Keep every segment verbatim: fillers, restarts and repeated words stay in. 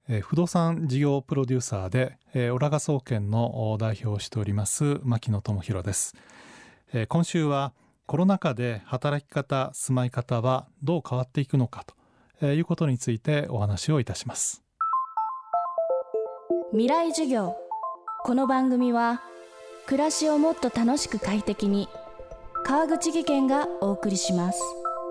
えー、不動産事業プロデューサーで、えー、オラガ総研の代表をしております牧野智博です。えー、今週はコロナ禍で働き方、住まい方はどう変わっていくのかと、えー、いうことについてお話をいたします。 未来授業。この番組は暮らしをもっと楽しく快適に、川口義賢がお送りします。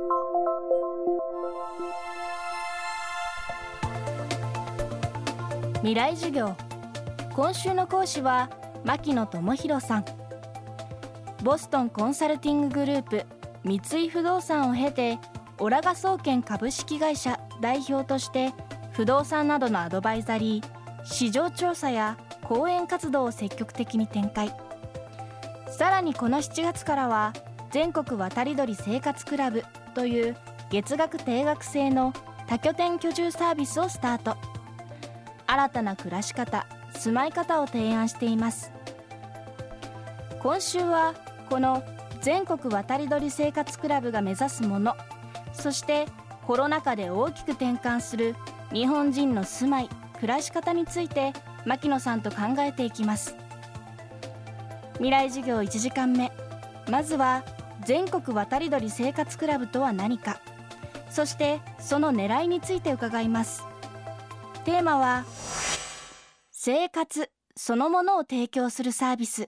未来授業。今週の講師は牧野智博さん。ボストンコンサルティンググループ三井不動産を経て、オラガ総研株式会社代表として不動産などのアドバイザリー、市場調査や講演活動を積極的に展開。さらにこのしちがつからは全国渡り鳥生活クラブという月額定額制の多拠点居住サービスをスタート。新たな暮らし方、住まい方を提案しています。今週はこの全国渡り鳥生活クラブが目指すもの、そしてコロナ禍で大きく転換する日本人の住まい、暮らし方について牧野さんと考えていきます。未来授業いちじかんめ、まずは全国渡り鳥生活クラブとは何か、そしてその狙いについて伺います。テーマは生活そのものを提供するサービス。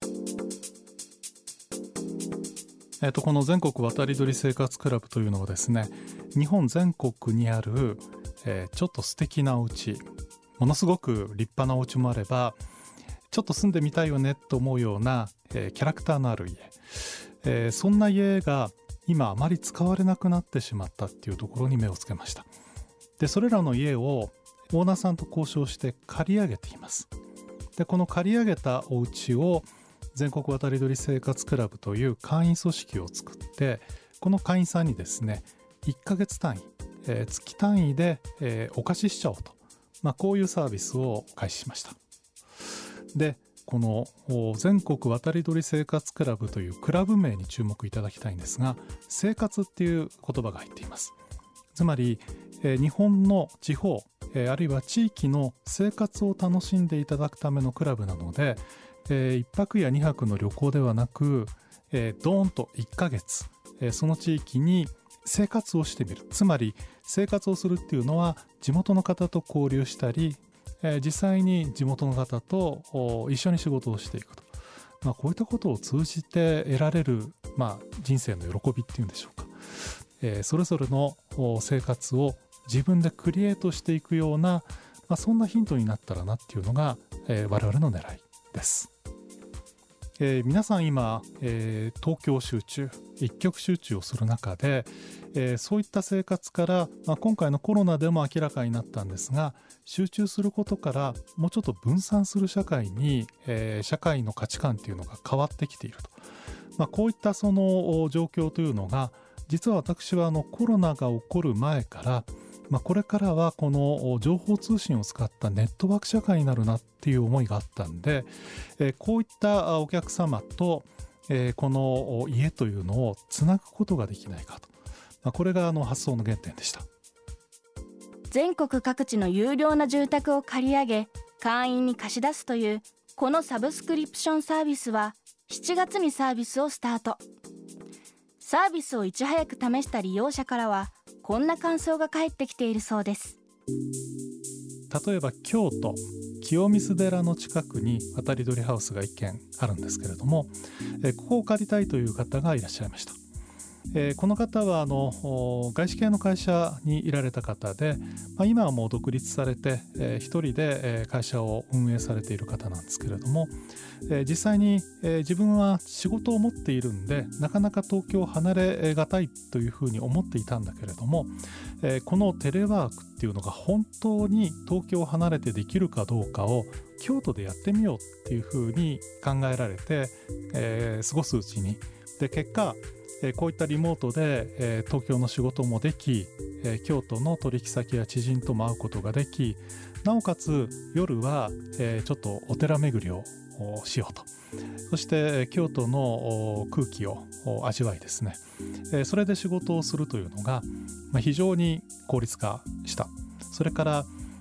えー、とこの全国渡り鳥生活クラブというのはですね、日本全国にある、えー、ちょっと素敵なお家、ものすごく立派なお家もあれば、ちょっと住んでみたいよねと思うような、えー、キャラクターのある家、えー、そんな家が今あまり使われなくなってしまったっていうところに目をつけました。でそれらの家をオーナーさんと交渉して借り上げています。でこの借り上げたお家を全国渡り鳥生活クラブという会員組織を作って、この会員さんにですねいっかげつ単位、えー、月単位で、えー、お貸ししちゃおうと、まあ、こういうサービスを開始しました。でこの全国渡り鳥生活クラブというクラブ名に注目いただきたいんですが、生活っていう言葉が入っています。つまり、えー、日本の地方、えー、あるいは地域の生活を楽しんでいただくためのクラブなので、えー、いっぱくやにはくの旅行ではなく、えー、ドーンといっかげつ、えー、その地域に生活をしてみる。つまり生活をするっていうのは地元の方と交流したり、えー、実際に地元の方と一緒に仕事をしていくと、まあ、こういったことを通じて得られる、まあ、人生の喜びっていうんでしょうか、えー、それぞれの生活を自分でクリエイトしていくような、まあ、そんなヒントになったらなっていうのが、えー、我々の狙いです。えー、皆さん今、えー、東京集中、一極集中をする中で、えー、そういった生活から、まあ、今回のコロナでも明らかになったんですが、集中することからもうちょっと分散する社会に、えー、社会の価値観というのが変わってきていると、まあ、こういったその状況というのが、実は私はあのコロナが起こる前から、まあ、これからはこの情報通信を使ったネットワーク社会になるなっていう思いがあったんで、えー、こういったお客様と、えー、この家というのをつなぐことができないかと、まあ、これがあの発想の原点でした。 全国各地の有料な住宅を借り上げ、会員に貸し出すというこのサブスクリプションサービスはしちがつにサービスをスタート。サービスをいち早く試した利用者からはこんな感想が返ってきているそうです。 例えば京都清水寺の近くに渡り鳥ハウスがいっけんあるんですけれども、えここを借りたいという方がいらっしゃいました。えー、この方はあの外資系の会社にいられた方で、まあ、今はもう独立されて、えー、一人で、えー、会社を運営されている方なんですけれども、えー、実際に、えー、自分は仕事を持っているんでなかなか東京を離れがたいというふうに思っていたんだけれども、えー、このテレワークっていうのが本当に東京を離れてできるかどうかを京都でやってみようっていうふうに考えられて、えー、過ごすうちにで結果えー、こういったリモートで、えー、東京の仕事もでき、えー、京都の取引先や知人とも会うことができ、なおかつ夜は、えー、ちょっとお寺巡りをしようと、そして京都の空気を味わいですね、えー、それで仕事をするというのが、まあ、非常に効率化した。それから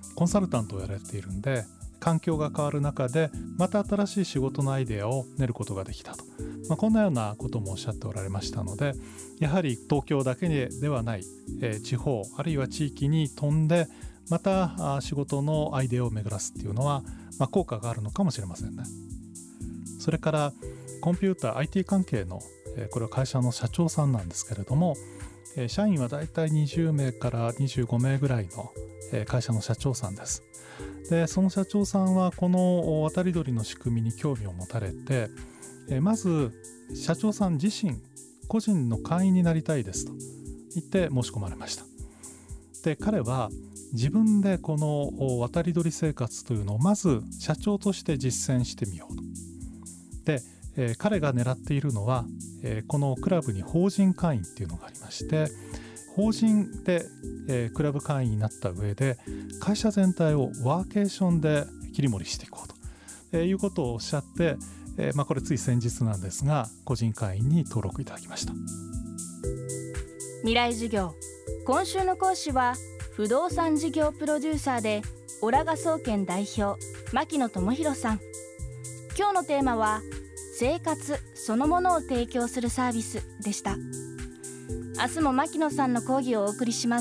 コンサルタントをやられているんで、環境が変わる中でまた新しい仕事のアイデアを練ることができたと、まあ、こんなようなこともおっしゃっておられましたので、やはり東京だけではない、えー、地方あるいは地域に飛んでまた仕事のアイデアを巡らすっていうのは、まあ、効果があるのかもしれませんね。それからコンピューター アイティー 関係の、えー、これは会社の社長さんなんですけれども、えー、社員はだいたいにじゅうめいからにじゅうごめいぐらいの、えー、会社の社長さんです。でその社長さんはこの渡り鳥の仕組みに興味を持たれて、えー、まず社長さん自身個人の会員になりたいですと言って申し込まれました。で彼は自分でこの渡り鳥生活というのをまず社長として実践してみようと。で、えー、彼が狙っているのは、えー、このクラブに法人会員っていうのがありまして、法人で、えー、クラブ会員になった上で会社全体をワーケーションで切り盛りしていこうと、えー、いうことをおっしゃって、えーまあ、これつい先日なんですが個人会員に登録いただきました。 未来授業、今週の講師は不動産事業プロデューサーでオラガ総研代表牧野智博さん。今日のテーマは生活そのものを提供するサービスでした。明日も牧野さんの講義をお送りします。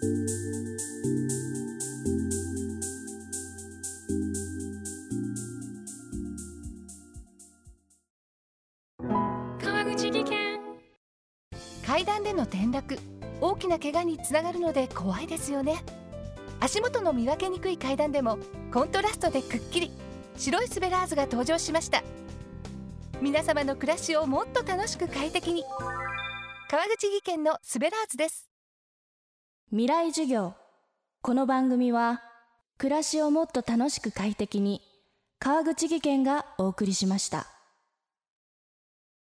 川口技研。階段での転落、大きな怪我につながるので怖いですよね。足元の見分けにくい階段でもコントラストでくっきり白いスベラーズが登場しました。皆様の暮らしをもっと楽しく快適に、川口技研のスベラーズです。 未来授業、この番組は暮らしをもっと楽しく快適に川口技研がお送りしました。